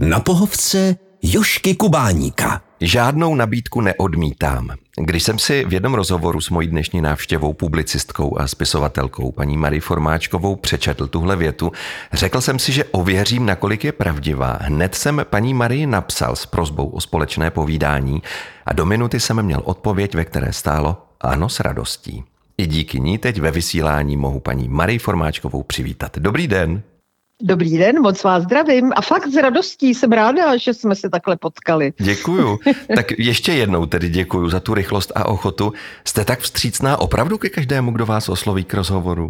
Na pohovce Jožky Kubáníka. Žádnou nabídku neodmítám. Když jsem si v jednom rozhovoru s mojí dnešní návštěvou, publicistkou a spisovatelkou paní Marii Formáčkovou přečetl tuhle větu, řekl jsem si, že ověřím, nakolik je pravdivá. Hned jsem paní Marii napsal s prosbou o společné povídání a do minuty jsem měl odpověď, ve které stálo ano s radostí. I díky ní teď ve vysílání mohu paní Marii Formáčkovou přivítat. Dobrý den. Dobrý den, moc vás zdravím a fakt s radostí jsem ráda, že jsme se takhle potkali. Děkuju. Tak ještě jednou tedy děkuju za tu rychlost a ochotu. Jste tak vstřícná opravdu ke každému, kdo vás osloví k rozhovoru?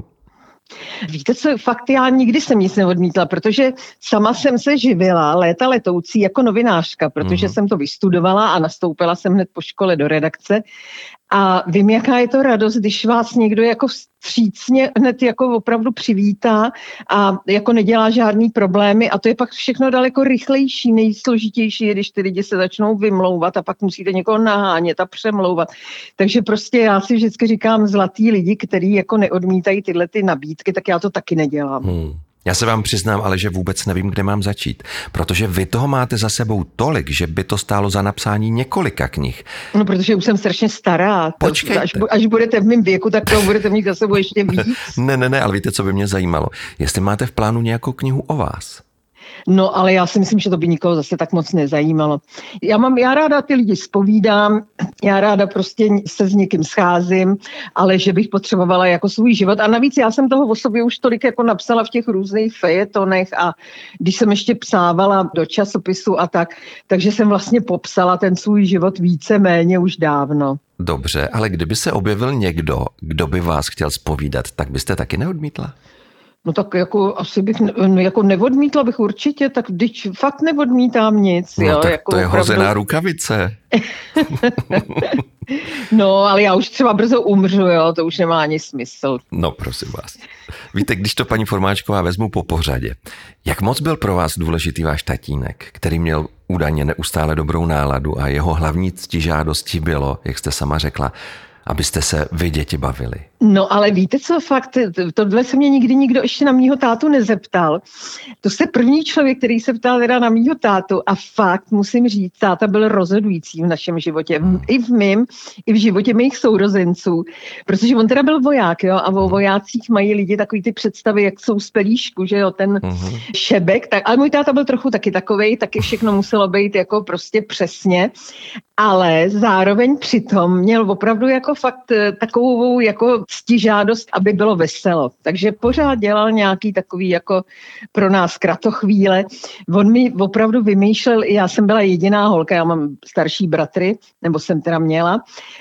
Víte co, fakt já nikdy jsem nic neodmítla, protože sama jsem se živila léta letoucí jako novinářka, protože jsem to vystudovala a nastoupila jsem hned po škole do redakce. A vím, jaká je to radost, když vás někdo jako vstřícně hned jako opravdu přivítá a jako nedělá žádný problémy a to je pak všechno daleko rychlejší, nejsložitější je, když ty lidi se začnou vymlouvat a pak musíte někoho nahánět a přemlouvat. Takže prostě já si vždycky říkám zlatý lidi, kteří jako neodmítají tyhle ty nabídky, tak já to taky nedělám. Já se vám přiznám, ale že vůbec nevím, kde mám začít, protože vy toho máte za sebou tolik, že by to stálo za napsání několika knih. No, protože už jsem strašně stará. Počkejte. Až budete v mém věku, tak toho budete mít za sebou ještě víc. Ne, ale víte, co by mě zajímalo? Jestli máte v plánu nějakou knihu o vás? No, ale já si myslím, že to by nikoho zase tak moc nezajímalo. Já ráda ty lidi zpovídám, já ráda prostě se s někým scházím, ale že bych potřebovala jako svůj život. A navíc já jsem toho o sobě už tolik jako napsala v těch různých fejetonech a když jsem ještě psávala do časopisu a tak, takže jsem vlastně popsala ten svůj život víceméně už dávno. Dobře, ale kdyby se objevil někdo, kdo by vás chtěl zpovídat, tak byste taky neodmítla? No tak jako asi bych jako neodmítla bych určitě, tak když fakt neodmítám nic. No jo, tak jako to je opravdu... hozená rukavice. No, ale já už třeba brzo umřu, jo, to už nemá ani smysl. No, prosím vás. Víte, když to paní Formáčková vezmu po pořadě, jak moc byl pro vás důležitý váš tatínek, který měl údajně neustále dobrou náladu a jeho hlavní ctižádostí bylo, jak jste sama řekla, abyste se vy děti bavili? No ale víte co, fakt, tohle se mě nikdy nikdo ještě na mýho tátu nezeptal. To jste první člověk, který se ptal teda na mýho tátu a fakt musím říct, táta byl rozhodující v našem životě. I v mém, i v životě mých sourozenců. Protože on teda byl voják, jo, a o vojácích mají lidi takový ty představy, jak jsou z pelíšku, že jo, ten šebek. Tak, ale můj táta byl trochu taky takovej, taky všechno muselo být jako prostě přesně. Ale zároveň přitom měl opravdu jako fakt takovou jako ctižádost, aby bylo veselo. Takže pořád dělal nějaký takový jako pro nás kratochvíle. On mi opravdu vymýšlel, já jsem byla jediná holka, já mám starší bratry, nebo jsem teda měla,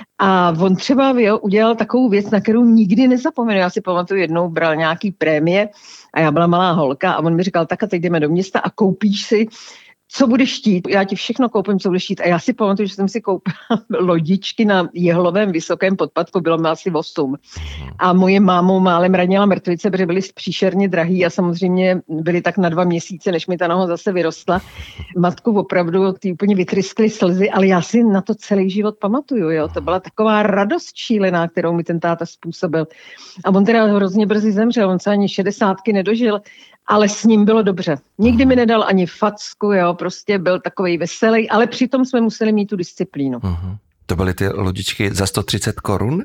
a on třeba udělal takovou věc, na kterou nikdy nezapomenu. Já si pamatuju, jednou bral nějaký prémie a já byla malá holka a on mi říkal, tak a teď jdeme do města a koupíš si co budeš chtít, já ti všechno koupím, co budeš chtít. A já si pamatuju, že jsem si koupila lodičky na jehlovém vysokém podpatku, bylo mi asi 8. A moje mámou málem ranila mrtvice, protože byly příšerně drahý a samozřejmě byly tak na 2 měsíce, než mi ta noha zase vyrostla. Matku opravdu ty úplně vytryskly slzy, ale já si na to celý život pamatuju. Jo? To byla taková radost šílená, kterou mi ten táta způsobil. A on teda hrozně brzy zemřel, on se ani 60 nedožil, ale s ním bylo dobře. Nikdy mi nedal ani facku, jo, prostě byl takovej veselý, ale přitom jsme museli mít tu disciplínu. To byly ty lodičky za 130 korun?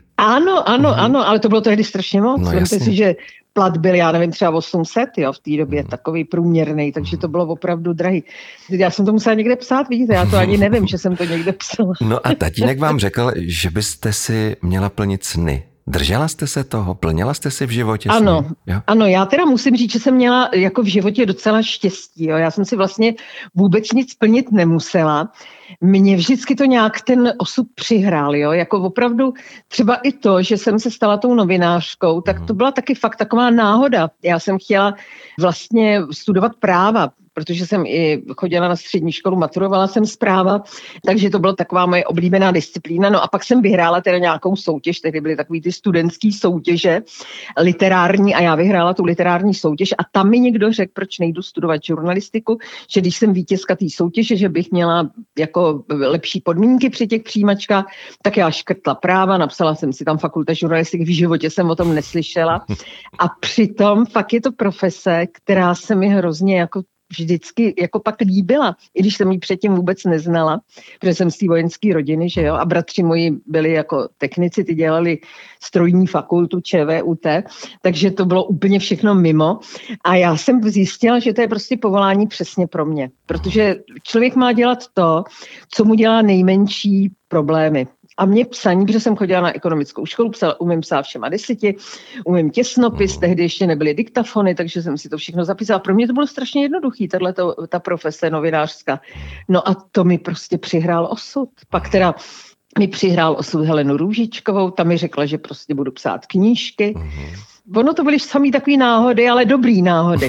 Ano, ale to bylo tehdy strašně moc. No, Vemte si, že plat byl, já nevím, třeba 800, jo, v té době, takový průměrný, takže to bylo opravdu drahý. Já jsem to musela někde psát, vidíte, já to ani nevím, že jsem to někde psala. No a tatínek vám řekl, že byste si měla plnit sny. Držela jste se toho? Plnila jste si v životě ano, sny? Ano, já teda musím říct, že jsem měla jako v životě docela štěstí. Jo. Já jsem si vlastně vůbec nic plnit nemusela. Mně vždycky to nějak ten osud přihrál, jo. Jako opravdu třeba i to, že jsem se stala tou novinářkou, tak to byla taky fakt taková náhoda. Já jsem chtěla vlastně studovat práva, protože jsem i chodila na střední školu, maturovala jsem z práva, takže to byla taková moje oblíbená disciplína. No a pak jsem vyhrála teda nějakou soutěž, tehdy byly takový ty studentský soutěže literární a já vyhrála tu literární soutěž a tam mi někdo řekl, proč nejdu studovat žurnalistiku, že když jsem vítězka té soutěže, že bych měla jako lepší podmínky při těch přijímačkách, tak já škrtla práva, napsala jsem si tam fakulta žurnalistiky, v životě jsem o tom neslyšela a přitom fakt je to profese, která se mi hrozně jako vždycky jako pak líbila, i když jsem ji předtím vůbec neznala, protože jsem z té vojenské rodiny, že jo, a bratři moji byli jako technici, ty dělali strojní fakultu ČVUT, takže to bylo úplně všechno mimo a já jsem zjistila, že to je prostě povolání přesně pro mě, protože člověk má dělat to, co mu dělá nejmenší problémy. A mě psaní, protože jsem chodila na ekonomickou školu, umím psát všema 10, umím těsnopis, tehdy ještě nebyly diktafony, takže jsem si to všechno zapisala. Pro mě to bylo strašně jednoduchý, ta profese novinářská. No a to mi prostě přihrál osud. Pak teda mi přihrál osud Helenu Růžičkovou, ta mi řekla, že prostě budu psát knížky. Ono to byly samý takový náhody, ale dobrý náhody.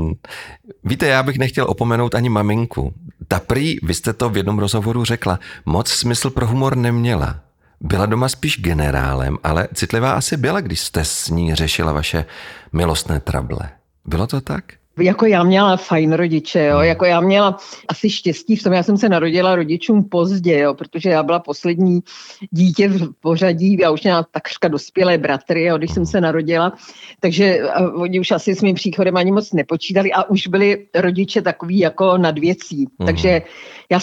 Víte, já bych nechtěl opomenout ani maminku. Ta prý, vy jste to v jednom rozhovoru řekla, moc smysl pro humor neměla. Byla doma spíš generálem, ale citlivá asi byla, když jste s ní řešila vaše milostné trable. Bylo to tak? Jako já měla fajn rodiče, jo, jako já měla asi štěstí v tom, já jsem se narodila rodičům pozdě, jo, protože já byla poslední dítě v pořadí, já už měla takřka dospělé bratry, jo, když jsem se narodila, takže oni už asi s mým příchodem ani moc nepočítali a už byli rodiče takový jako nad věcí, takže já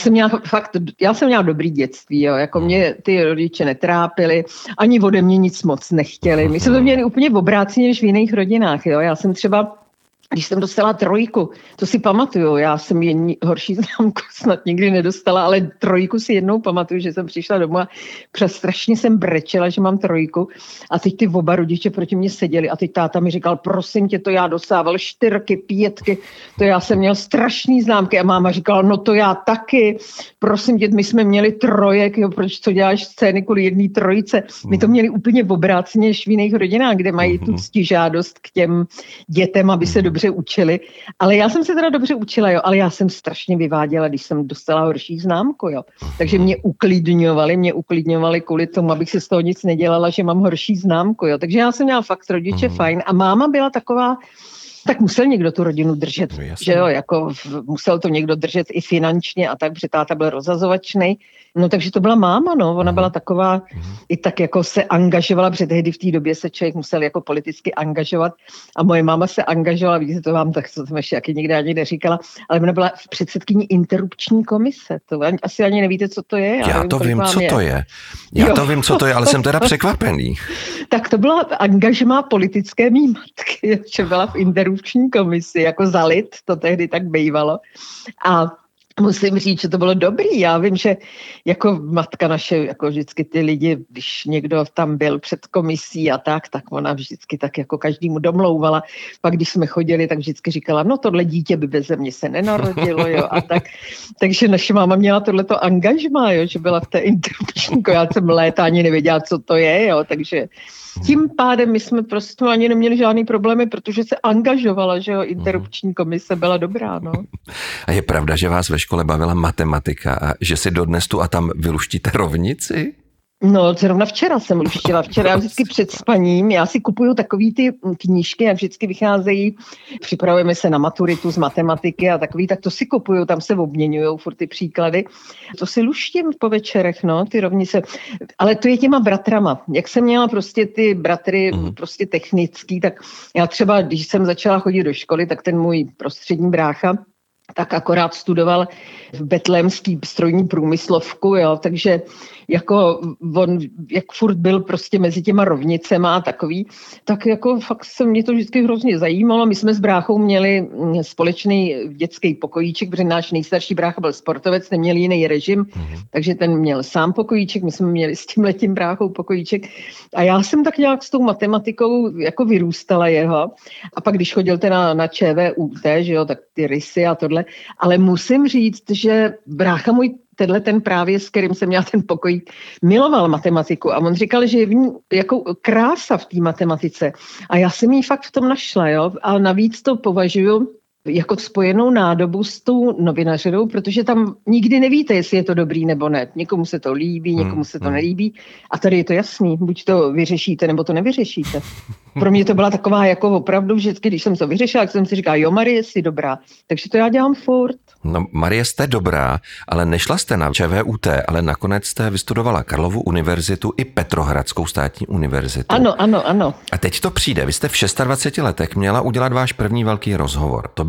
jsem měla dobrý dětství, jo, jako mě ty rodiče netrápili, ani ode mě nic moc nechtěli, my jsme to měli úplně obráceně než v jiných rodinách, jo, já jsem třeba když jsem dostala 3, to si pamatuju, já jsem jen horší známku snad nikdy nedostala, ale 3 si jednou pamatuju, že jsem přišla domů a strašně jsem brečela, že mám 3 a teď ty oba rodiče proti mě seděli a teď táta mi říkal, prosím tě, to já dostával 4, 5, to já jsem měl strašný známky a máma říkala, no to já taky, prosím tě, my jsme měli 3, jo, proč to děláš scény kvůli 1 3? My to měli úplně obráceně než v jiných rodinách, kde mají tu ctižádost k těm dětem, aby se dobře učili, ale já jsem se teda dobře učila, jo, ale já jsem strašně vyváděla, když jsem dostala horší známku, jo. Takže mě uklidňovali kvůli tomu, abych si z toho nic nedělala, že mám horší známku, jo. Takže já jsem měla fakt rodiče fajn a máma byla taková, tak musel někdo tu rodinu držet, že jo, jako musel to někdo držet i finančně a tak, protože táta byl rozhazovačnej. No takže to byla máma, no, ona byla taková, i tak jako se angažovala, protože tehdy v té době se člověk musel jako politicky angažovat a moje máma se angažovala, vidíte to vám, tak to jsem ještě nikdy ani neříkala, ale ona byla v předsedkyní interrupční komise, to asi ani nevíte, co to je. Já to vím, co to je. Já vím, co to je, ale jsem teda překvapený. Tak to byla angažmá politické mý matky, že byla v interrupční komisi, jako za lid, to tehdy tak bývalo. A musím říct, že to bylo dobrý. Já vím, že jako matka naše, jako vždycky ty lidi, když někdo tam byl před komisí a tak ona vždycky tak jako každému domlouvala. Pak když jsme chodili, tak vždycky říkala, no tohle dítě by beze mě se nenarodilo, jo, a tak. Takže naše máma měla tohleto angažmá, jo, že byla v té interrupční, já jsem léta ani nevěděla, co to je, jo, takže tím pádem my jsme prostě ani neměli žádný problémy, protože se angažovala, že jo, interrupční komise byla dobrá, no. A je pravda, že vás ve škole bavila matematika a že si dodnes tu a tam vyluštíte rovnici? No, zrovna včera jsem luštila. Včera já vždycky před spaním, já si kupuju takový ty knížky, jak vždycky vycházejí, připravujeme se na maturitu z matematiky a takový, tak to si kupuju, tam se obměňujou furt ty příklady. To si luštím po večerech, no, ty rovnice. Ale to je těma bratrama. Jak jsem měla prostě ty bratry prostě technický, tak já třeba, když jsem začala chodit do školy, tak ten můj prostřední brácha, tak akorát studoval v betlémský strojní průmyslovku, jo, takže jako on, jak furt byl prostě mezi těma rovnicema a takový, tak jako fakt se mě to vždycky hrozně zajímalo. My jsme s bráchou měli společný dětský pokojíček, protože náš nejstarší brácha byl sportovec, neměl jiný režim, takže ten měl sám pokojíček, my jsme měli s tímhletím bráchou pokojíček a já jsem tak nějak s tou matematikou jako vyrůstala jeho a pak když chodil teda na ČVUT, že jo, tak ty rysy a tohle, ale musím říct, že brácha můj ten právě, s kterým jsem měla ten pokoj, miloval matematiku a on říkal, že je v ní jako krása v té matematice a já jsem ji fakt v tom našla, jo, a navíc to považuji jako spojenou nádobu s tou novinařinou, protože tam nikdy nevíte, jestli je to dobrý nebo ne. Někomu se to líbí, někomu se to nelíbí a tady je to jasný, buď to vyřešíte, nebo to nevyřešíte. Pro mě to byla taková jako opravdu vždycky, když jsem to vyřešila, tak jsem si říkala, jo Marie, jsi dobrá. Takže to já dělám furt. No Marie, jste dobrá, ale nešla jste na ČVUT, ale nakonec jste vystudovala Karlovu univerzitu i Petrohradskou státní univerzitu. Ano. A teď to přijde, vy jste v 26 letech měla udělat váš první velký rozhovor. To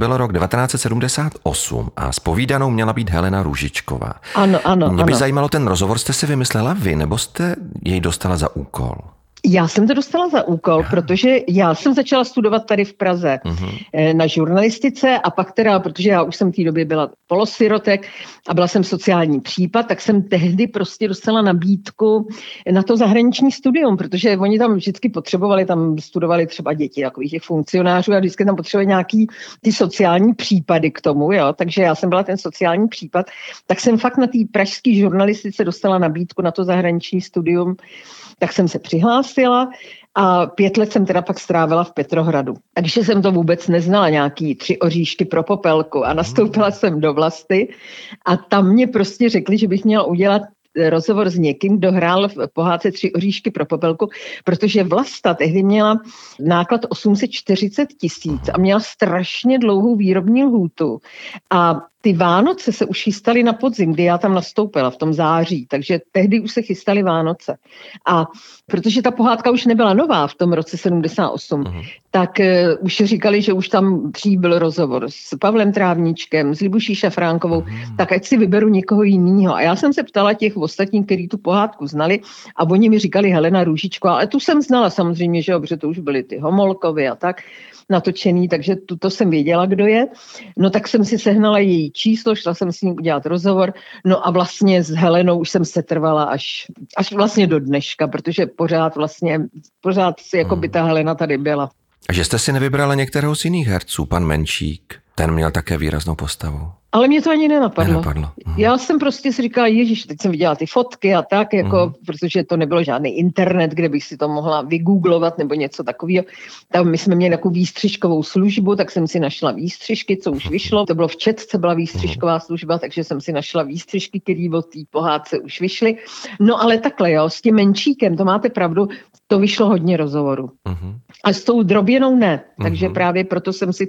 byl rok 1978 a zpovídanou měla být Helena Růžičková. Ano. Mě by zajímalo, ten rozhovor jste si vymyslela vy, nebo jste jej dostala za úkol? Já jsem to dostala za úkol, protože já jsem začala studovat tady v Praze na žurnalistice a pak teda, protože já už jsem v té době byla polosirotek a byla jsem sociální případ, tak jsem tehdy prostě dostala nabídku na to zahraniční studium, protože oni tam vždycky potřebovali, tam studovali třeba děti takových těch funkcionářů a vždycky tam potřebovali nějaký ty sociální případy k tomu, jo, takže já jsem byla ten sociální případ, tak jsem fakt na té pražské žurnalistice dostala nabídku na to zahraniční studium. Tak jsem se přihlásila a 5 let jsem teda pak strávila v Petrohradu. Takže jsem to vůbec neznala, nějaký 3 oříšky pro popelku a nastoupila jsem do Vlasty a tam mě prostě řekli, že bych měla udělat rozhovor s někým, kdo hrál v pohádce 3 oříšky pro popelku, protože Vlasta tehdy měla náklad 840 000 a měla strašně dlouhou výrobní lhůtu. A ty Vánoce se už chystaly na podzim, kdy já tam nastoupila v tom září, takže tehdy už se chystaly Vánoce. A protože ta pohádka už nebyla nová v tom roce 78, tak už říkali, že už tam dřív byl rozhovor s Pavlem Trávníčkem, s Libuší Šafránkovou, tak ať si vyberu někoho jiného. A já jsem se ptala těch ostatních, kteří tu pohádku znali a oni mi říkali Helena Růžičková, ale tu jsem znala samozřejmě, že protože to už byly ty Homolkovy a tak natočený, takže to jsem věděla, kdo je. No tak jsem si sehnala její číslo, šla jsem s ním udělat rozhovor, no a vlastně s Helenou už jsem se trvala až vlastně do dneška, protože pořád si jako by ta Helena tady byla. A že jste si nevybrala některého z jiných herců, pan Menšík, ten měl také výraznou postavu. Ale mě to ani nenapadlo. Já jsem prostě si říkala, ježiš, teď jsem viděla ty fotky a tak, jako, protože to nebylo žádný internet, kde bych si to mohla vygooglovat nebo něco takového. Tam my jsme měli takovou výstřižkovou službu, tak jsem si našla výstřižky, co už vyšlo. To bylo v Četce, byla výstřižková služba, takže jsem si našla výstřižky, které od té pohádce už vyšly. No ale takhle, jo, s tím Menšíkem, to máte pravdu, to vyšlo hodně rozhovorů. A s tou Droběnou ne, takže právě proto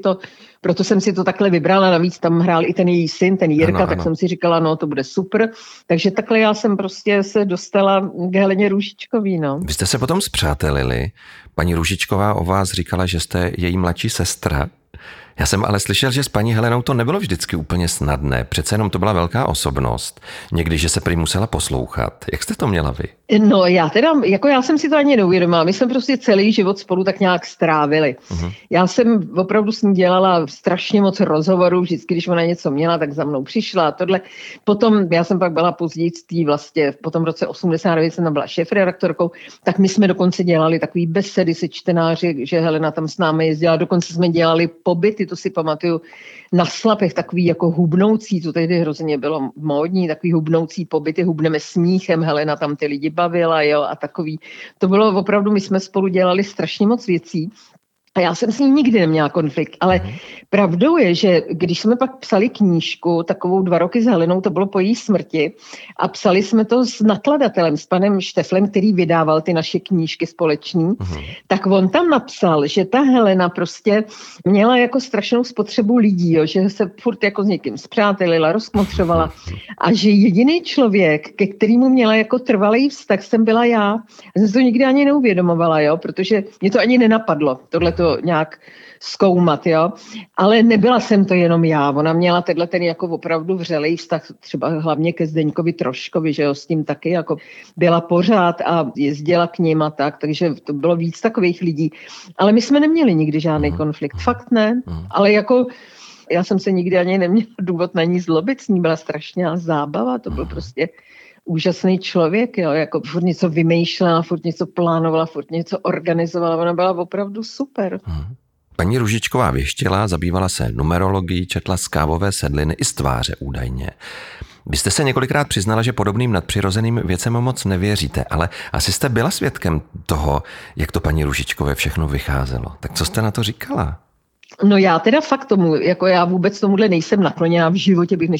jsem si to takhle vybrala, navíc tam hrál i ten její syn, ten Jirka, tak jsem si říkala, no to bude super. Takže takhle já jsem prostě se dostala k Heleně Růžičkový, no. Vy jste se potom spřátelili. Paní Růžičková o vás říkala, že jste její mladší sestra. Já jsem ale slyšel, že s paní Helenou to nebylo vždycky úplně snadné. Přece jenom to byla velká osobnost. Někdy, že se prý musela poslouchat. Jak jste to měla vy? No já jsem si to ani neuvědomila. My jsme prostě celý život spolu tak nějak strávili. Já jsem opravdu s ní dělala strašně moc rozhovorů. Vždycky, když ona něco měla, tak za mnou přišla a tohle. Potom, já jsem pak byla později vlastně v tom roce 89 jsem tam byla šéfredaktorkou, tak my jsme dokonce dělali takový besedy se čtenáři, že Helena tam s námi jezdila. Dokonce jsme dělali pobyty, to si pamatuju, na Slapech, takový jako hubnoucí, to tehdy hrozně bylo módní, takový hubnoucí pobyty, hubneme smíchem, Helena tam ty lidi bavila, jo, a takový. To bylo opravdu, my jsme spolu dělali strašně moc věcí. A já jsem s ní nikdy neměla konflikt, ale pravdou je, že když jsme pak psali knížku, takovou 2 roky s Helenou, to bylo po její smrti, a psali jsme to s nakladatelem, s panem Šteflem, který vydával ty naše knížky společní, tak on tam napsal, že ta Helena prostě měla jako strašnou spotřebu lidí, jo, že se furt jako s někým spřátelila, rozkmotřovala a že jediný člověk, ke kterému měla jako trvalý vztah, jsem byla já. Já jsem to nikdy ani neuvědomovala, jo, protože mě to ani nenapadlo, tohleto nějak zkoumat, jo. Ale nebyla jsem to jenom já. Ona měla ten jako opravdu vřelej vztah, třeba hlavně ke Zdeňkovi Troškovi, že jo, s tím taky jako byla pořád a jezdila k ním a tak, takže to bylo víc takových lidí. Ale my jsme neměli nikdy žádný konflikt. Fakt ne. Ale jako já jsem se nikdy ani neměla důvod na ní zlobit, s ní byla strašná zábava, to byl prostě úžasný člověk, jo, jako furt něco vymýšlela, furt něco plánovala, furt něco organizovala, ona byla opravdu super. Paní Růžičková věštila, zabývala se numerologií, četla z Kávové sedliny i z tváře údajně. Vy jste se několikrát přiznala, že podobným nadpřirozeným věcem moc nevěříte, ale asi jste byla svědkem toho, jak to paní Růžičkové všechno vycházelo. Tak co jste na to říkala? No já teda fakt tomu, jako já vůbec tomuhle nejsem nakloněná, v životě bych nešla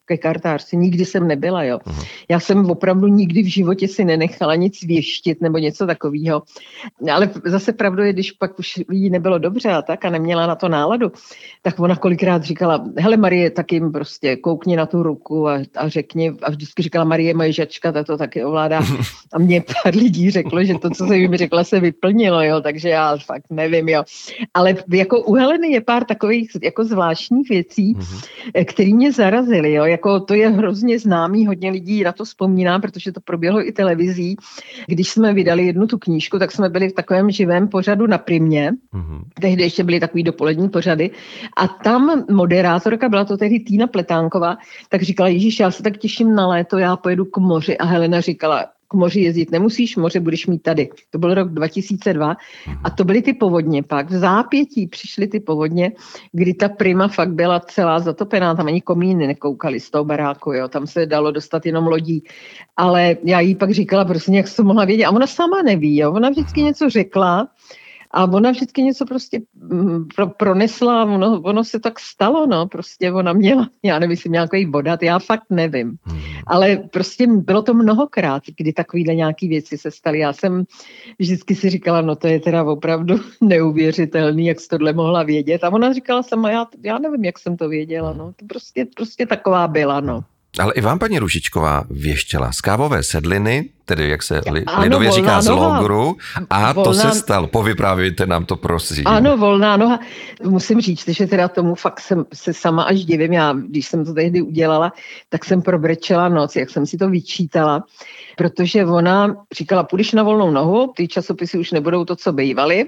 ke kartářce. Nikdy jsem nebyla, jo. Já jsem opravdu nikdy v životě si nenechala nic věštit nebo něco takového. Ale zase pravdou je, když pak už jí nebylo dobře a tak a neměla na to náladu, tak ona kolikrát říkala, hele Marie, tak jim prostě koukni na tu ruku a řekni, a vždycky říkala, Marie, moje žačka, ta to taky ovládá. A mě pár lidí řeklo, že to, co jsem jim řekla, se vyplnilo, jo, takže já fakt nevím, jo. Ale jako u Heleny je pár takových jako zvláštních věcí, které mě zarazily, jo, jako to je hrozně známý, hodně lidí na to vzpomíná, protože to proběhlo i televizí. Když jsme vydali jednu tu knížku, tak jsme byli v takovém živém pořadu na Primě, tehdy ještě byly takový dopolední pořady a tam moderátorka, byla to tehdy Týna Pletánková, tak říkala, Ježíš, já se tak těším na léto, já pojedu k moři a Helena říkala, k moři jezdit nemusíš, moře budeš mít tady. To byl rok 2002 a to byly ty povodně pak. V zápětí přišly ty povodně, kdy ta Prima fakt byla celá zatopená, tam ani komíny nekoukali z toho baráku, jo. Tam se dalo dostat jenom lodí. Ale já jí pak říkala, prostě jak jsi to mohla vědět. A ona sama neví, jo. Ona vždycky něco řekla, a ona vždycky něco prostě pronesla, ono se tak stalo, no, prostě ona měla, já nevím, jestli měla nějaký vodat, já fakt nevím. Ale prostě bylo to mnohokrát, kdy takovýhle nějaký věci se staly. Já jsem vždycky si říkala, no to je teda opravdu neuvěřitelný, jak jsi tohle mohla vědět. A ona říkala sama, já nevím, jak jsem to věděla, no, to prostě taková byla, no. Ale i vám, paní Růžičková, věštěla z kávové sedliny, tedy jak se lidově říká z logru, a to se stalo. Povyprávějte nám to, prosím. Ano, volná noha. Musím říct, že teda tomu fakt jsem se sama až divím. Já, když jsem to tehdy udělala, tak jsem probrečela noc, jak jsem si to vyčítala, protože ona říkala, půjdeš na volnou nohu, ty časopisy už nebudou to, co bývaly,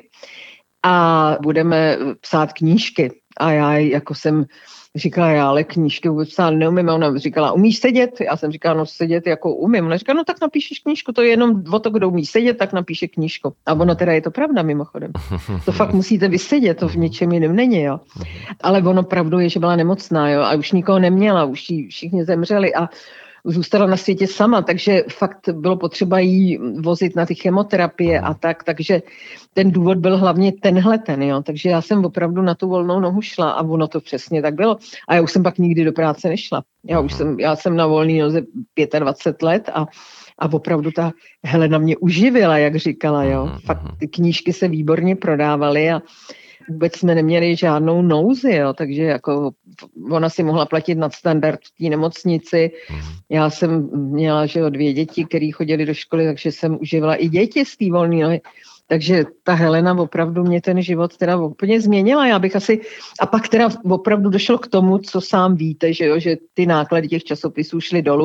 a budeme psát knížky. A já jako jsem říkala, já ale knížky vůbec psát neumím. A ona říkala, umíš sedět? Já jsem říkala, no sedět jako umím. Ona říkala, no tak napíšeš knížku, to je jenom o to, kdo umí sedět, tak napíše knížku. A ono teda je to pravda mimochodem. To fakt musíte vysedět, to v něčem jiném není, jo. Ale ono pravdou je, že byla nemocná, jo, a už nikoho neměla, už jí všichni zemřeli a zůstala na světě sama, takže fakt bylo potřeba jí vozit na ty chemoterapie a tak, takže ten důvod byl hlavně ten, jo. Takže já jsem opravdu na tu volnou nohu šla a ono to přesně tak bylo. A já už jsem pak nikdy do práce nešla. Já jsem na volný noze 25 let a opravdu ta Helena mě uživila, jak říkala, jo. Fakt ty knížky se výborně prodávaly a vůbec jsme neměli žádnou nouzi, jo, takže jako ona si mohla platit nadstandard v té nemocnici. Já jsem měla, že 2 děti, které chodily do školy, takže jsem užívala i děti z té volné nohy. Takže ta Helena opravdu mě ten život teda úplně změnila. Já bych asi, a pak teda opravdu došlo k tomu, co sám víte, že jo, že ty náklady těch časopisů šly dolů.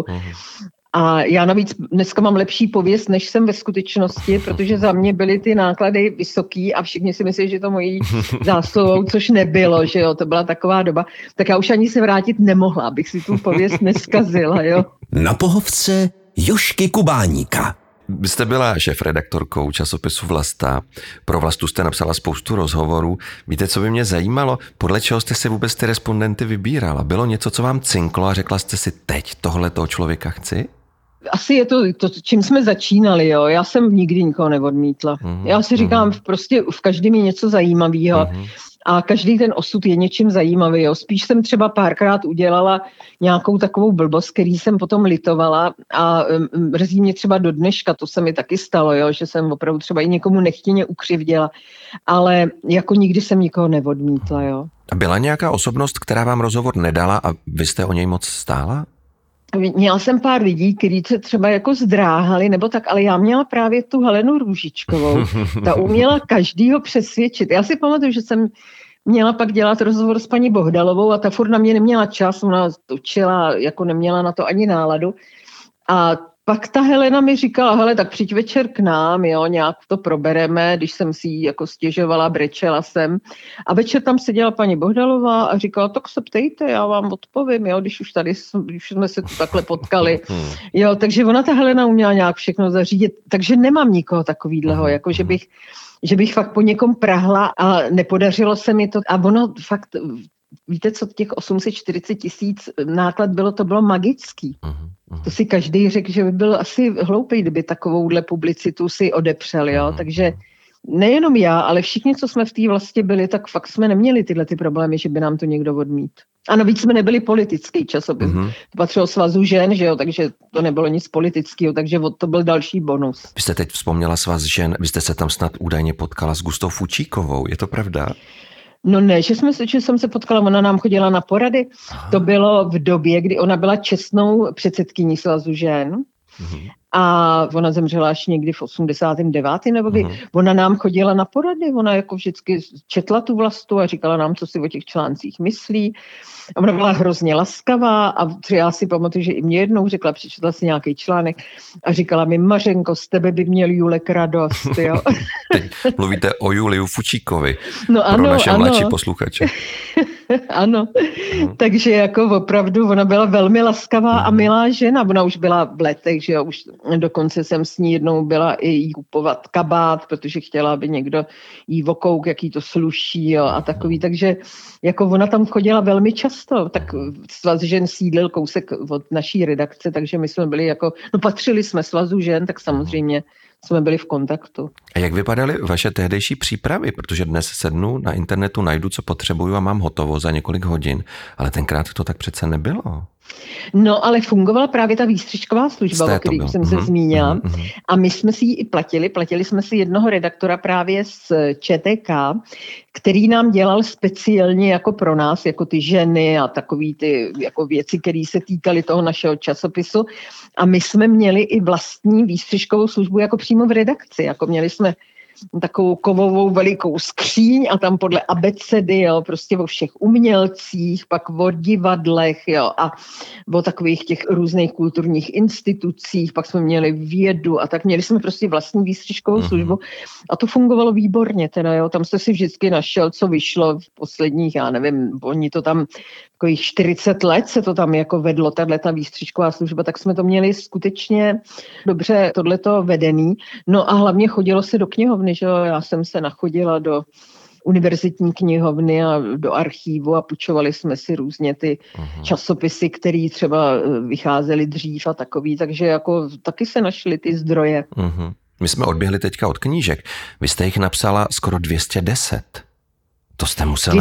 A já navíc dneska mám lepší pověst, než jsem ve skutečnosti, protože za mě byly ty náklady vysoký a všichni si myslí, že to mojí zásluhou, což nebylo, že jo, to byla taková doba. Tak já už ani se vrátit nemohla, abych si tu pověst neskazila, jo. Na pohovce Jožky Kubáníka. Vy jste byla šéfredaktorkou časopisu Vlasta. Pro Vlastu jste napsala spoustu rozhovorů. Víte, co by mě zajímalo? Podle čeho jste si vůbec ty respondenty vybírala? Bylo něco, co vám cinklo a řekla jste si, teď tohle toho člověka chci? Asi je to, čím jsme začínali, jo. Já jsem nikdy nikoho neodmítla. Já si říkám, prostě v každém je něco zajímavého. A každý ten osud je něčím zajímavý. Jo. Spíš jsem třeba párkrát udělala nějakou takovou blbost, který jsem potom litovala a mrzí mě třeba do dneška, to se mi taky stalo, jo, že jsem opravdu třeba i někomu nechtěně ukřivděla, ale jako nikdy jsem nikoho neodmítla. Jo. A byla nějaká osobnost, která vám rozhovor nedala a vy jste o něj moc stála? Měla jsem pár lidí, kteří se třeba jako zdráhali, nebo tak, ale já měla právě tu Helenu Růžičkovou. Ta uměla každýho přesvědčit. Já si pamatuju, že jsem měla pak dělat rozhovor s paní Bohdalovou a ta furt na mě neměla čas, ona točila, jako neměla na to ani náladu. A pak ta Helena mi říkala, hele, tak přijď večer k nám, jo, nějak to probereme, když jsem si jako stěžovala, brečela jsem. A večer tam seděla paní Bohdalová a říkala, tak se ptejte, já vám odpovím, jo, když už jsme se tu takhle potkali. Jo, takže ona, ta Helena, uměla nějak všechno zařídit, takže nemám nikoho takovýhleho, jako že bych fakt po někom prahla a nepodařilo se mi to. A ono fakt, víte, co těch 840 000 náklad bylo, to bylo magický. To si každý řekl, že by byl asi hloupý, kdyby takovouhle publicitu si odepřel, jo. Takže nejenom já, ale všichni, co jsme v té vlasti byli, tak fakt jsme neměli tyhle ty problémy, že by nám to někdo odmít. A navíc jsme nebyli politický časopis. To patřilo Svazu žen, že jo, takže to nebylo nic politického, takže to byl další bonus. Vy jste teď vzpomněla Svaz žen, vy jste se tam snad údajně potkala s Gustou Fučíkovou, je to pravda? No ne, že jsem se potkala, ona nám chodila na porady. Aha. To bylo v době, kdy ona byla čestnou předsedkyní Svazu žen. A ona zemřela až někdy v 89. nebo kdy. Ona nám chodila na porady, ona jako vždycky četla tu Vlastu a říkala nám, co si o těch článcích myslí. A ona byla hrozně laskavá a já si pamatuju, že i mě jednou řekla, přečetla si nějaký článek a říkala mi, Mařenko, z tebe by měl Julek radost. Jo? Teď mluvíte o Juliu Fučíkovi, no, pro naše mladší posluchače. Ano, takže jako opravdu ona byla velmi laskavá a milá žena. Ona už byla v letech, že jo, už dokonce jsem s ní jednou byla i jí kupovat kabát, protože chtěla, aby někdo jí vokouk, jaký to sluší, jo, a takový. Takže jako ona tam chodila velmi často, tak Svaz žen sídlil kousek od naší redakce, takže my jsme byli jako, no patřili jsme Svazu žen, tak samozřejmě jsme byli v kontaktu. A jak vypadaly vaše tehdejší přípravy? Protože dnes sednu na internetu, najdu, co potřebuju a mám hotovo za několik hodin, ale tenkrát to tak přece nebylo. No, ale fungovala právě ta výstřižková služba, o které jsem se zmínila. A my jsme si ji i platili. Platili jsme si jednoho redaktora právě z ČTK, který nám dělal speciálně jako pro nás, jako ty ženy a takový ty jako věci, které se týkaly toho našeho časopisu. A my jsme měli i vlastní výstřižkovou službu jako přímo v redakci. Jako měli jsme takovou kovovou velikou skříň a tam podle abecedy, jo, prostě o všech umělcích, pak o divadlech, jo, a o takových těch různých kulturních institucích, pak jsme měli vědu a tak měli jsme prostě vlastní výstřižkovou službu a to fungovalo výborně teda, jo, tam jste si vždycky našel, co vyšlo v posledních, já nevím, oni to tam takových 40 let se to tam jako vedlo, tato výstřižková služba, tak jsme to měli skutečně dobře tohleto vedený. No a hlavně chodilo se do knihovny, že jo, já jsem se nachodila do univerzitní knihovny a do archívu a půjčovali jsme si různě ty časopisy, které třeba vycházely dřív a takový, takže jako taky se našly ty zdroje. My jsme odběhli teďka od knížek. Vy jste jich napsala skoro 210. To jste musela...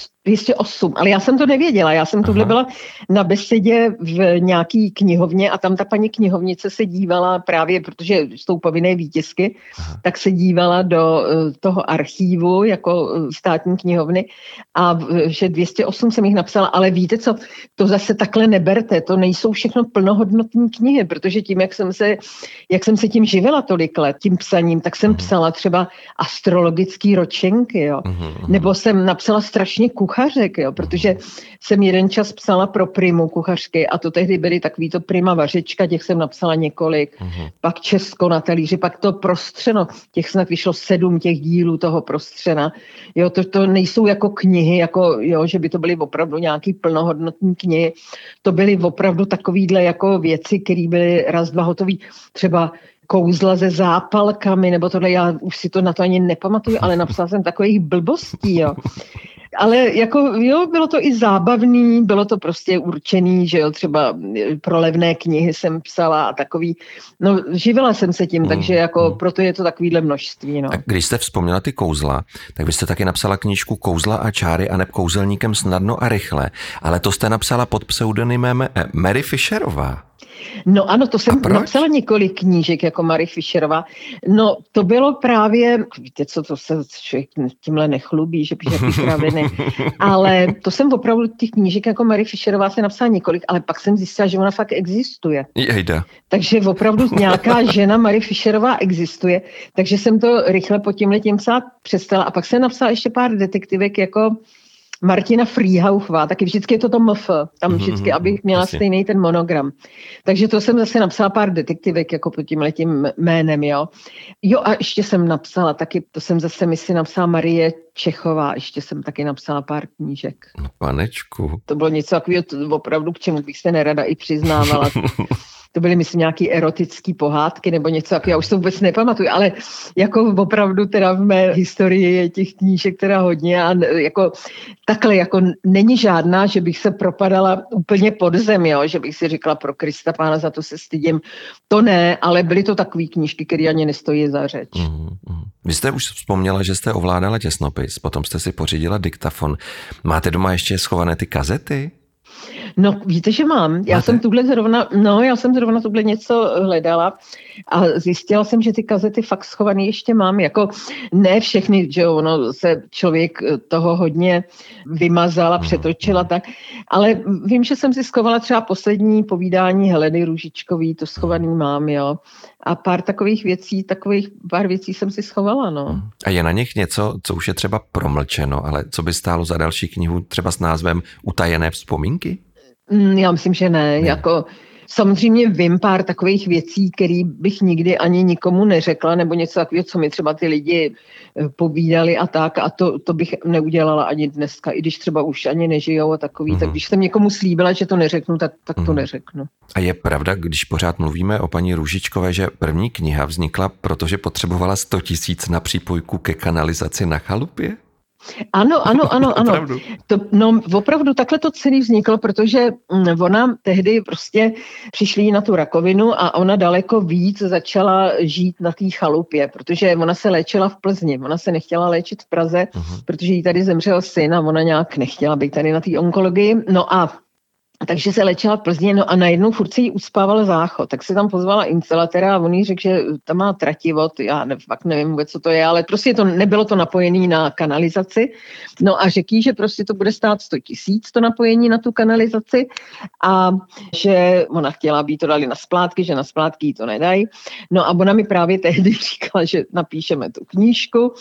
208, ale já jsem to nevěděla. Já jsem tohle byla na besedě v nějaký knihovně a tam ta paní knihovnice se dívala právě, protože jsou povinné výtisky, tak se dívala do toho archívu jako státní knihovny a že 208 jsem jich napsala, ale víte co, to zase takhle neberte, to nejsou všechno plnohodnotné knihy, protože tím, jak jsem se tím živila tolik let, tím psaním, tak jsem psala třeba astrologický ročenky, jo. Nebo jsem napsala strašně kuchařek, jo, protože jsem jeden čas psala pro Primu kuchařky a to tehdy byly takovýto Prima vařečka, těch jsem napsala několik, pak Česko na talíři, pak to Prostřeno, těch snad vyšlo 7 těch dílů toho Prostřena, jo, to nejsou jako knihy, jako, jo, že by to byly opravdu nějaký plnohodnotný knihy, to byly opravdu takovýhle jako věci, které byly raz, dva hotový, třeba kouzla se zápalkami, nebo tohle, já už si to na to ani nepamatuju, ale napsala jsem takových blbostí, jo. Ale jako, jo, bylo to i zábavný, bylo to prostě určený, že jo, třeba pro levné knihy jsem psala a takový, no, živila jsem se tím, takže jako proto je to takovýhle množství, no. A když jste vzpomněla ty kouzla, tak vy jste taky napsala knížku Kouzla a čáry a neb kouzelníkem snadno a rychle, ale to jste napsala pod pseudonymem Mary Fischerová. No ano, to jsem napsala několik knížek jako Mary Fischerová. No to bylo právě, víte co, to se člověk tímhle nechlubí, že píše píkraviny, ale to jsem opravdu těch knížek jako Mary Fischerová se napsala několik, ale pak jsem zjistila, že ona fakt existuje. Jejda. Takže opravdu nějaká žena Mary Fischerová existuje, takže jsem to rychle pod tímhletím psát přestala a pak jsem napsala ještě pár detektivek jako Martina Frýhaufová, taky vždycky je to MF, tam vždycky, abych měla stejný ten monogram. Takže to jsem zase napsala pár detektivek jako pod tímhletím jménem, jo. Jo a ještě jsem napsala taky, to jsem zase myslím napsala Marie Čechová, ještě jsem taky napsala pár knížek. No, panečku. To bylo něco takového opravdu, k čemu bych se nerada i přiznávala. to byly, myslím, nějaké erotické pohádky nebo něco, jak já už to vůbec nepamatuju, ale jako opravdu teda v mé historii je těch knížek teda hodně a jako takhle jako není žádná, že bych se propadala úplně pod zem, jo? Že bych si říkala pro Krista Pána, za to se stydím. To ne, ale byly to takové knížky, které ani nestojí za řeč. Vy jste už vzpomněla, že jste ovládala těsnopis, potom jste si pořídila diktafon. Máte doma ještě schované ty kazety? No, víte, že mám. Já jsem zrovna tuhle něco hledala a zjistila jsem, že ty kazety fakt schované ještě mám. Jako ne všechny, že ono se člověk toho hodně vymazal a přetočil a tak, ale vím, že jsem si schovala třeba poslední povídání Heleny Růžičkový, to schovaný mám, jo. A pár věcí jsem si schovala, no. A je na nich něco, co už je třeba promlčeno, ale co by stálo za další knihu, třeba s názvem Utajené vzpomínky? Já myslím, že ne. Jako, samozřejmě vím pár takových věcí, které bych nikdy ani nikomu neřekla, nebo něco takového, co mi třeba ty lidi povídali a tak. A to bych neudělala ani dneska, i když třeba už ani nežijou a takový. Tak když jsem někomu slíbila, že to neřeknu, tak to neřeknu. A je pravda, když pořád mluvíme o paní Růžičkové, že první kniha vznikla, protože potřebovala 100 000 na přípojku ke kanalizaci na chalupě? Ano. Opravdu takhle to celý vzniklo, protože ona tehdy prostě přišli na tu rakovinu a ona daleko víc začala žít na té chalupě, protože ona se léčila v Plzni, ona se nechtěla léčit v Praze, protože jí tady zemřel syn a ona nějak nechtěla být tady na té onkologii. No a takže se léčila v Plzni, no a najednou furt se jí uspával záchod, tak se tam pozvala instalatéra a on jí řekl, že tam má trativod, já fakt nevím vůbec, co to je, ale prostě nebylo to napojené na kanalizaci, no a řekl jí, že prostě to bude stát 100 000 to napojení na tu kanalizaci a že ona chtěla, aby to dali na splátky, že na splátky jí to nedají, no a ona mi právě tehdy říkala, že napíšeme tu knížku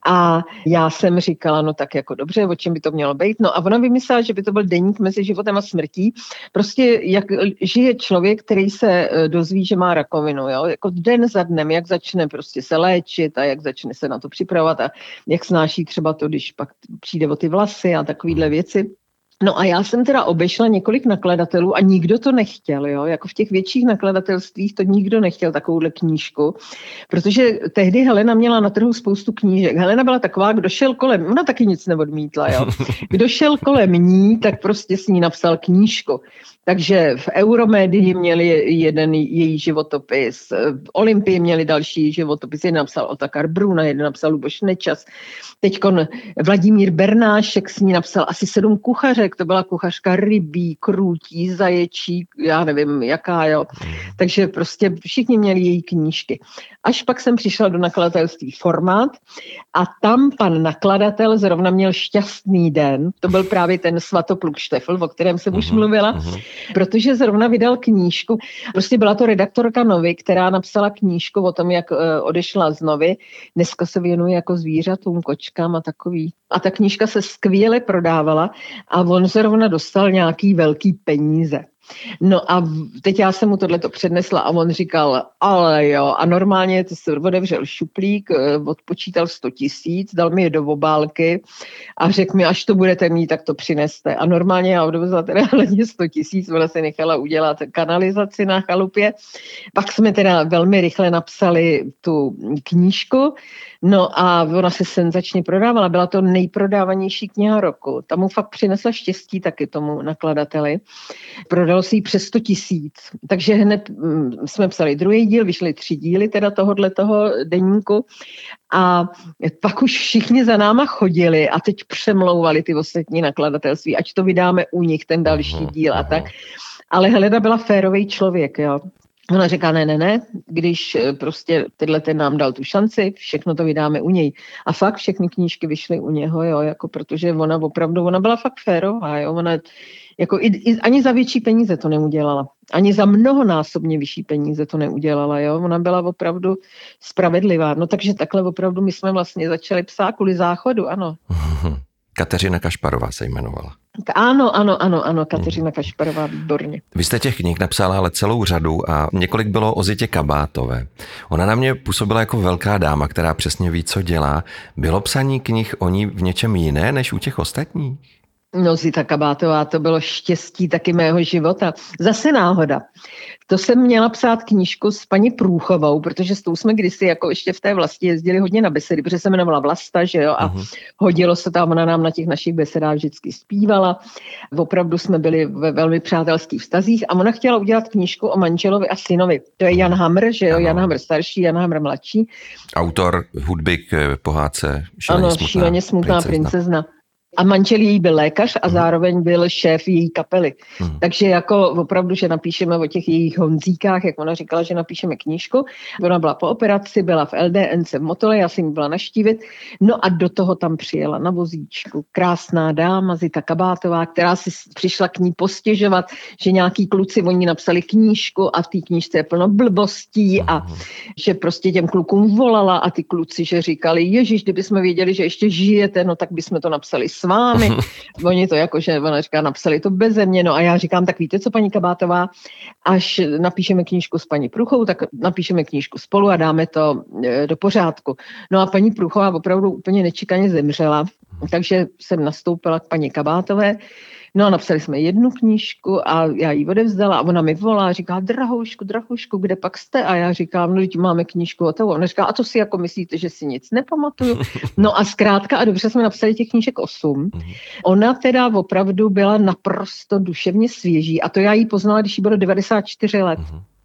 a já jsem říkala, no tak jako dobře, o čem by to mělo být, no a ona vymyslela, že by to byl deník mezi životem a smrtí. Prostě jak žije člověk, který se dozví, že má rakovinu, jo? Jako den za dnem, jak začne prostě se léčit a jak začne se na to připravovat a jak snáší třeba to, když pak přijde o ty vlasy a takovýhle věci. No a já jsem teda obešla několik nakladatelů a nikdo to nechtěl, jo, jako v těch větších nakladatelstvích to nikdo nechtěl takovouhle knížku, protože tehdy Helena měla na trhu spoustu knížek. Helena byla taková, kdo šel kolem, ona taky nic neodmítla, jo. Kdo šel kolem ní, tak prostě s ní napsal knížku. Takže v Euromédii měli jeden její životopis, v Olympii měli další životopis, jeden napsal Otakar Bruna, jeden napsal Luboš Nečas. Teďkon Vladimír Bernášek s ní napsal asi 7 kuchařek, to byla kuchařka rybí, krůtí, zaječí, já nevím jaká, jo. Takže prostě všichni měli její knížky. Až pak jsem přišla do nakladatelství Formát a tam pan nakladatel zrovna měl šťastný den, to byl právě ten Svatopluk Štefl, o kterém jsem už mluvila, protože zrovna vydal knížku. Prostě byla to redaktorka Novy, která napsala knížku o tom, jak odešla z Novy. Dneska se věnuje jako zvířatům, kočkám a takový. A ta knížka se skvěle prodávala a on zrovna dostal nějaký velký peníze. No a teď já jsem mu tohleto přednesla a on říkal, ale jo, a normálně to se otevřel šuplík, odpočítal 100 000, dal mi je do obálky a řekl mi, až to budete mít, tak to přineste. A normálně já odvezla teda hledně 100 000, ona se nechala udělat kanalizaci na chalupě. Pak jsme teda velmi rychle napsali tu knížku, no a ona se senzačně prodávala, byla to nejprodávanější kniha roku. Tam mu fakt přinesla štěstí taky tomu nakladateli. Prodalo se jí přes 100 000, takže hned jsme psali druhý díl, vyšly 3 díly teda toho deníku a pak už všichni za náma chodili a teď přemlouvali ty ostatní nakladatelství, ať to vydáme u nich ten další díl a tak. Ale Helena byla férový člověk, jo. Ona říká, ne, když prostě ten nám dal tu šanci, všechno to vydáme u něj. A fakt všechny knížky vyšly u něho, jo, jako protože ona byla fakt férová, jo, ona jako ani za větší peníze to neudělala. Ani za mnohonásobně vyšší peníze to neudělala, jo, ona byla opravdu spravedlivá. No takže takhle opravdu my jsme vlastně začali psát kvůli záchodu, ano. Kateřina Kašparová se jmenovala. Ano, Kateřina Kašparová, výborně. Vy jste těch knih napsala ale celou řadu a několik bylo o Zitě Kabátové. Ona na mě působila jako velká dáma, která přesně ví, co dělá. Bylo psaní knih o ní v něčem jiné než u těch ostatních? No, Zita Kabátová, to bylo štěstí taky mého života. Zase náhoda. To jsem měla psát knížku s paní Průchovou, protože s tou jsme kdysi jako ještě v té vlasti jezdili hodně na besedy, protože se jmenovala Vlasta, že jo, a hodilo se tam, ona nám na těch našich besedách vždycky zpívala. Opravdu jsme byli ve velmi přátelských vztazích a ona chtěla udělat knížku o manželovi a synovi. To je Jan Hamr, že jo, Jan Hamr starší, Jan Hamr mladší. Autor hudby k pohádce Šíleně smutná princezna. A manžel jí byl lékař a zároveň byl šéf její kapely. Takže jako opravdu, že napíšeme o těch jejich Honzíkách, jak ona říkala, že napíšeme knížku. Ona byla po operaci, byla v LDNce v Motole, já jsem ji byla navštívit. No a do toho tam přijela na vozíčku krásná dáma Zita Kabátová, která si přišla k ní postěžovat, že nějaký kluci oni napsali knížku a v té knížce je plno blbostí a že prostě těm klukům volala a ty kluci, že říkali, ježiš, kdybychom věděli, že ještě žijete, no tak bychom to napsali s vámi. Oni to jako, že ona říká, napsali to beze mě. No a já říkám, tak víte co, paní Kabátová, až napíšeme knížku s paní Pruchou, tak napíšeme knížku spolu a dáme to do pořádku. No a paní Pruchová opravdu úplně nečekaně zemřela, takže jsem nastoupila k paní Kabátové. No a napsali jsme jednu knížku a já ji odevzdala a ona mi volá a říká, drahoušku, kde pak jste? A já říkám, no teď máme knížku hotovou. Ona říká, a to si jako myslíte, že si nic nepamatuju? No a zkrátka a dobře jsme napsali těch knížek 8. Ona teda opravdu byla naprosto duševně svěží a to já jí poznala, když jí bylo 94 let.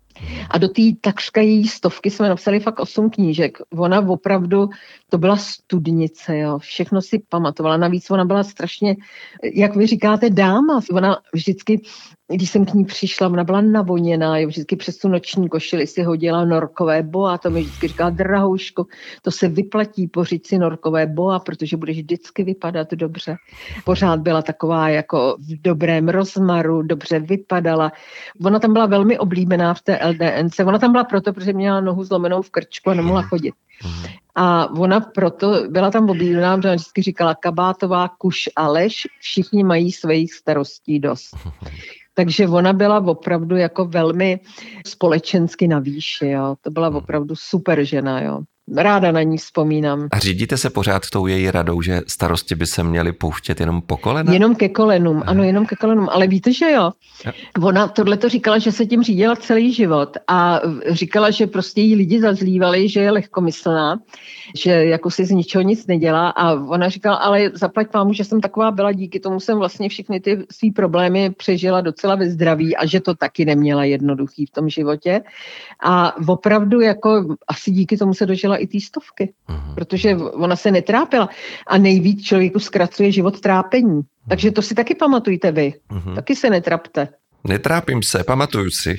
A do té takřka její 100 jsme napsali fakt 8 knížek. Ona opravdu, to byla studnice, jo. Všechno si pamatovala. Navíc ona byla strašně, jak vy říkáte, dáma. Ona vždycky, když jsem k ní přišla, ona byla navoněná, jo. Vždycky přes tu noční košili si hodila norkové boa. To mi vždycky říká, drahoušku, to se vyplatí, pořiď si norkové boa, protože budeš vždycky vypadat dobře. Pořád byla taková jako v dobrém rozmaru, dobře vypadala. Ona tam byla velmi oblíbená v té LDNce. Ona tam byla proto, protože měla nohu zlomenou v krčku a nemohla chodit. A ona proto byla tam oblíbená, protože vždycky říkala Kabátová, Kuš a Leš, všichni mají svých starostí dost. Takže ona byla opravdu jako velmi společensky na výši, jo. To byla opravdu super žena, jo. Ráda na ní vzpomínám. A řídíte se pořád tou její radou, že starosti by se měly pouštět jenom po kolenách? Jenom ke kolenům, ano, jenom ke kolenům. Ale víte, že jo? Ona tohleto říkala, že se tím řídila celý život a říkala, že prostě jí lidi zazlívali, že je lehkomyslná, že jako si z ničeho nic nedělá a ona říkala, ale zaplať pámu, že jsem taková byla, díky tomu jsem vlastně všechny ty svý problémy přežila docela ve zdraví a že to taky neměla jednoduchý v tom životě. A opravdu jako asi díky tomu se dožila i té 100, protože ona se netrápila a nejvíc člověku zkracuje život trápení. Takže to si taky pamatujte vy. Taky se netrapte. Netrápím se, pamatuju si.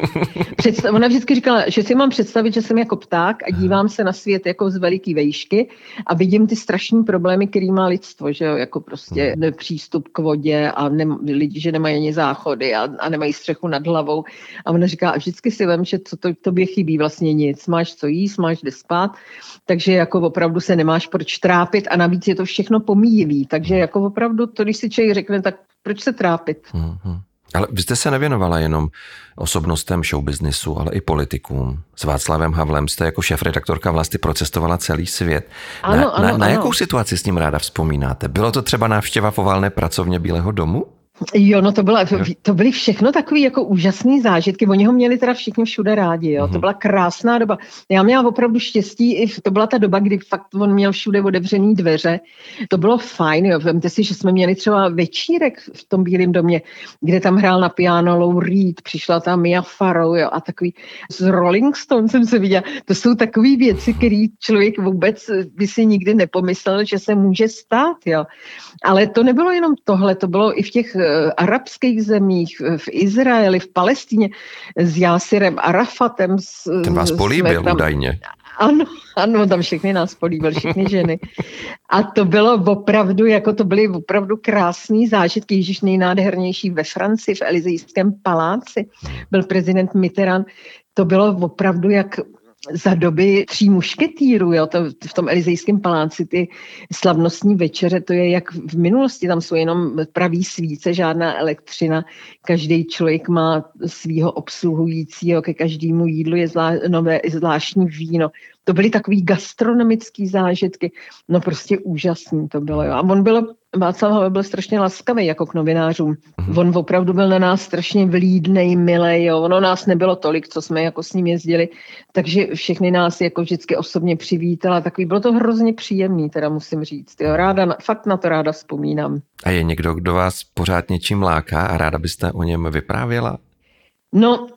Ona vždycky říkala, že si mám představit, že jsem jako pták a dívám se na svět jako z veliký vejšky a vidím ty strašný problémy, který má lidstvo, že jo, jako prostě přístup k vodě a lidi, že nemají ani záchody a nemají střechu nad hlavou. A ona říká, a vždycky si vem, že co tobě chybí vlastně nic. Máš co jíst, máš kde spát, takže jako opravdu se nemáš proč trápit a navíc je to všechno pomíjivý. Takže jako opravdu to, když si člověk řekne, tak proč se trápit? Ale vy jste se nevěnovala jenom osobnostem showbiznisu, ale i politikům. S Václavem Havlem jste jako šéfredaktorka Vlasty procestovala celý svět. Na jakou situaci s ním ráda vzpomínáte? Bylo to třeba návštěva v oválné pracovně Bílého domu? Jo, no to byly všechno takový jako úžasný zážitky. Oni ho měli teda všichni všude rádi, jo. To byla krásná doba. Já měla opravdu štěstí, to byla ta doba, kdy fakt on měl všude otevřený dveře. To bylo fajn, jo. Vemte si, že jsme měli třeba večírek v tom Bílém domě, kde tam hrál na piano Lou Reed, přišla tam Mia Farrow, jo, a takový z Rolling Stone jsem se viděla. To jsou takové věci, které člověk vůbec by si nikdy nepomyslel, že se může stát, jo. Ale to nebylo jenom tohle, to bylo i v těch arabských zemích, v Izraeli, v Palestině, s Jásirem Arafatem. Ten vás políbil údajně. Ano, tam všechny nás políbil, všechny ženy. A to bylo opravdu, jako to byly opravdu krásný zážitky. Ježíš, nejnádhernější ve Francii, v Elysejském paláci, byl prezident Mitterrand. To bylo opravdu jak za doby 3 mušketýrů, jo, v tom Elysejském paláci, ty slavnostní večeře, to je jak v minulosti, tam jsou jenom pravý svíce, žádná elektřina, každý člověk má svýho obsluhujícího, ke každému jídlu je nové zvláštní víno. To byly takový gastronomický zážitky, no prostě úžasný to bylo, jo. A on byl Václav Havel byl strašně laskavý jako k novinářům. On opravdu byl na nás strašně vlídnej, milej, jo. Ono nás nebylo tolik, co jsme jako s ním jezdili, takže všechny nás jako vždycky osobně přivítala. Takový bylo to hrozně příjemný, teda musím říct. Jo. Fakt na to ráda vzpomínám. A je někdo, kdo vás pořád něčím láká a ráda byste o něm vyprávěla? No,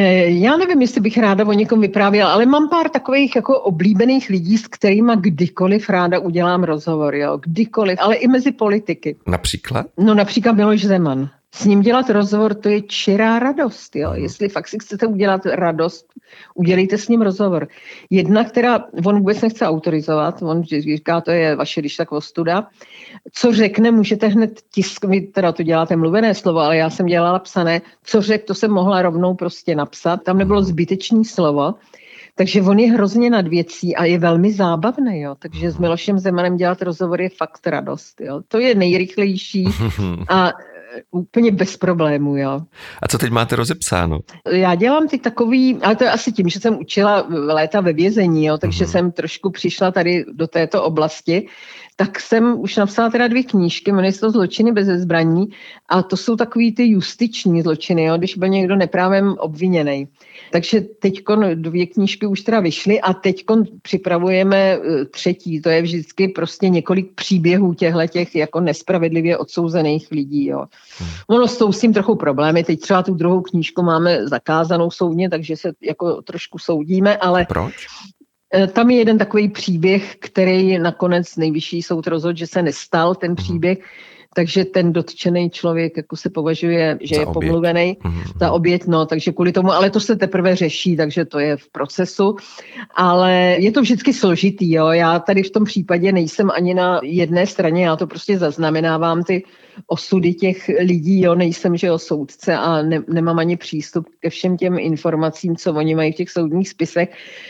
já nevím, jestli bych ráda o někom vyprávěla, ale mám pár takových jako oblíbených lidí, s kterýma kdykoliv ráda udělám rozhovor, jo, kdykoliv, ale i mezi politiky. Například? No například Miloš Zeman. S ním dělat rozhovor, to je čirá radost, jo. Jestli fakt si chcete udělat radost, udělejte s ním rozhovor. Jedna, která on vůbec nechce autorizovat, on říká, to je vaše, když tak ostuda. Co řekne, můžete hned vy teda to děláte mluvené slovo, ale já jsem dělala psané. Co řek, to jsem mohla rovnou prostě napsat. Tam nebylo zbytečný slovo. Takže on je hrozně nad věcí a je velmi zábavný, jo. Takže s Milošem Zemanem dělat rozhovor je fakt radost, jo. To je nejrychlejší a úplně bez problémů, jo. A co teď máte rozepsáno? Já dělám ty takový, ale to je asi tím, že jsem učila léta ve vězení, jo, takže jsem trošku přišla tady do této oblasti, tak jsem už napsala teda 2 knížky, jmenují se to Zločiny bez zbraní a to jsou takový ty justiční zločiny, jo, když byl někdo neprávem obviněný. Takže teďkon 2 knížky už teda vyšly a teďkon připravujeme 3. To je vždycky prostě několik příběhů těch jako nespravedlivě odsouzených lidí, jo. Ono jsou s tím trochu problémy, teď třeba tu 2. knížku máme zakázanou soudně, takže se jako trošku soudíme, ale... Proč? Tam je jeden takový příběh, který nakonec nejvyšší soud rozhodl, že se nestal ten příběh, takže ten dotčený člověk jako se považuje, že je pomluvený za oběť, no, takže kvůli tomu, ale to se teprve řeší, takže to je v procesu, ale je to vždycky složitý, jo, já tady v tom případě nejsem ani na jedné straně, já to prostě zaznamenávám ty osudy těch lidí, jo, nejsem, že jo, soudce a nemám ani přístup ke všem těm informacím, co oni mají v těch soudních spisech,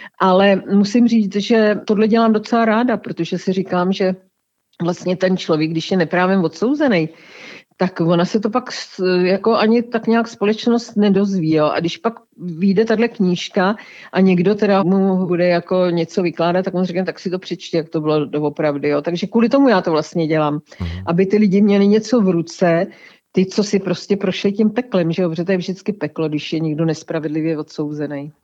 ale musím říct, že tohle dělám docela ráda, protože si říkám, že vlastně ten člověk, když je neprávem odsouzený, tak ona se to pak jako ani tak nějak společnost nedozví. Jo? A když pak vyjde tahle knížka a někdo teda mu bude jako něco vykládat, tak on řekne, tak si to přečti, jak to bylo doopravdy. Jo? Takže kvůli tomu já to vlastně dělám. Aby ty lidi měli něco v ruce, ty, co si prostě prošli tím peklem, že jo? Protože to je vždycky peklo, když je někdo nespravedlivě odsouzený.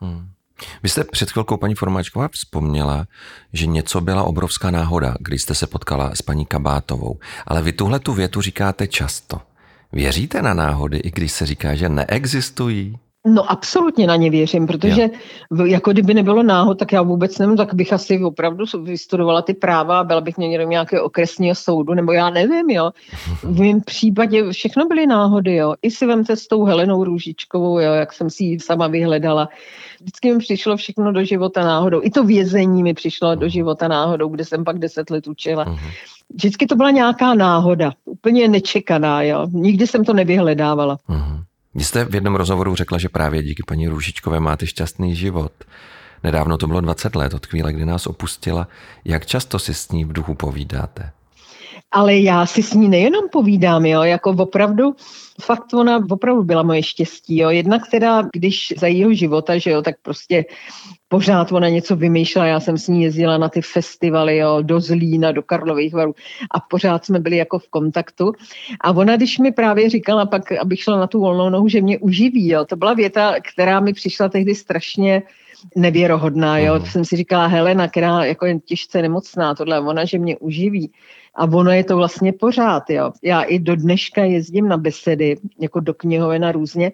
Vy jste před chvilkou, paní Formáčková, vzpomněla, že něco byla obrovská náhoda, když jste se potkala s paní Kabátovou. Ale vy tuhle tu větu říkáte často. Věříte na náhody, i když se říká, že neexistují? No absolutně na ně věřím, protože jako kdyby nebylo náhod, tak já vůbec nevím, tak bych asi opravdu vystudovala ty práva a byla bych někde do nějakého okresního soudu, nebo já nevím, jo. V mém případě všechno byly náhody, jo. I si vemte s tou Helenou Růžičkovou, jo, jak jsem si ji sama vyhledala. Vždycky mi přišlo všechno do života náhodou. I to vězení mi přišlo do života náhodou, kde jsem pak 10 let učila. Vždycky to byla nějaká náhoda, úplně nečekaná, jo. Nikdy jsem to nevyhledávala. Vy jste v jednom rozhovoru řekla, že právě díky paní Růžičkové máte šťastný život. Nedávno to bylo 20 let od chvíle, kdy nás opustila. Jak často si s ní v duchu povídáte? Ale já si s ní nejenom povídám, jo, jako opravdu, fakt ona opravdu byla moje štěstí, jo. Jedna, která, když za jejího života, že jo, tak prostě pořád ona něco vymýšlela, já jsem s ní jezdila na ty festivaly, jo, do Zlína, do Karlových Varů a pořád jsme byli jako v kontaktu. A ona, když mi právě říkala pak, abych šla na tu volnou nohu, že mě uživí, jo, to byla věta, která mi přišla tehdy strašně nevěrohodná, jo. Jsem si říkala, Helena, která jako je těžce nemocná, tohle, ona, že mě uživí. A ono je to vlastně pořád, jo. Já i do dneška jezdím na besedy, jako do knihovny různě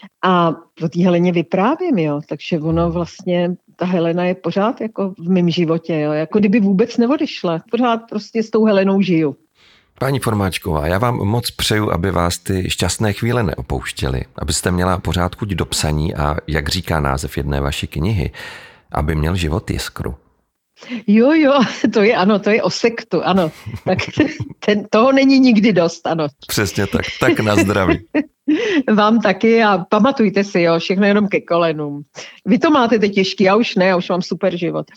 a o té Heleně vyprávím, jo. Takže ono vlastně, ta Helena je pořád jako v mém životě, jo. Jako kdyby vůbec neodešla. Pořád prostě s tou Helenou žiju. Paní Formáčková, já vám moc přeju, aby vás ty šťastné chvíle neopouštěly, abyste měla pořád chuť do psaní a, jak říká název jedné vaší knihy, aby měl život jiskru. Jo, to je ano, to je o sektu, ano. Tak toho není nikdy dost, ano. Přesně tak, tak na zdraví. Vám taky a pamatujte si, jo, všechno jenom ke kolenům. Vy to máte teď těžký, já už ne, já už mám super život.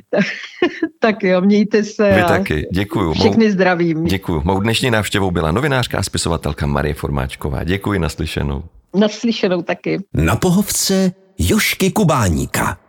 Tak jo, mějte se. Vy taky, děkuju. Všechny zdravím. Děkuju. Mou dnešní návštěvou byla novinářka a spisovatelka Marie Formáčková. Děkuji, naslyšenou. Naslyšenou taky. Na pohovce Jožky Kubáníka.